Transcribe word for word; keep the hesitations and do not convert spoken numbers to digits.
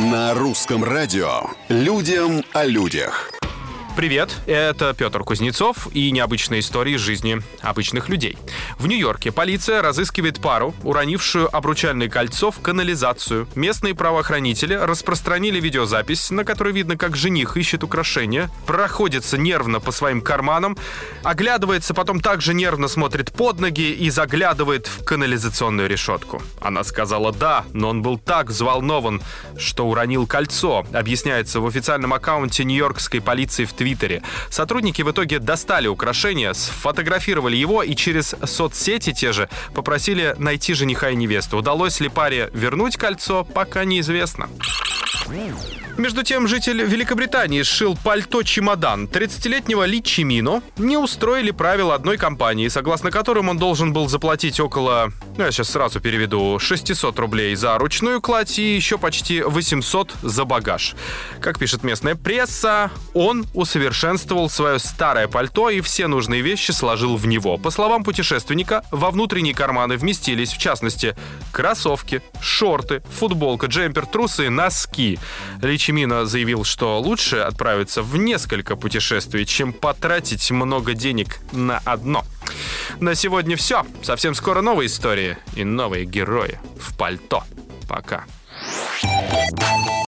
На русском радио «Людям о людях». Привет, это Петр Кузнецов и необычные истории из жизни обычных людей. В Нью-Йорке полиция разыскивает пару, уронившую обручальное кольцо в канализацию. Местные правоохранители распространили видеозапись, на которой видно, как жених ищет украшения, проходится нервно по своим карманам, оглядывается, потом также нервно смотрит под ноги и заглядывает в канализационную решетку. Она сказала «да», но он был так взволнован, что уронил кольцо, объясняется в официальном аккаунте нью-йоркской полиции в Твиттере. Сотрудники в итоге достали украшение, сфотографировали его и через соцсети те же попросили найти жениха и невесту. Удалось ли паре вернуть кольцо, пока неизвестно. Между тем, житель Великобритании сшил пальто-чемодан тридцатилетнего Ли Чимино. Не устроили правила одной компании, согласно которым он должен был заплатить около, ну, я сейчас сразу переведу, шестьсот рублей за ручную кладь и еще почти восемьсот за багаж. Как пишет местная пресса, он усовершенствовал свое старое пальто и все нужные вещи сложил в него. По словам путешественника, во внутренние карманы вместились, в частности, кроссовки, шорты, футболка, джемпер, трусы, носки. Ли Чимино заявил, что лучше отправиться в несколько путешествий, чем потратить много денег на одно. На сегодня все. Совсем скоро новые истории и новые герои в пальто. Пока.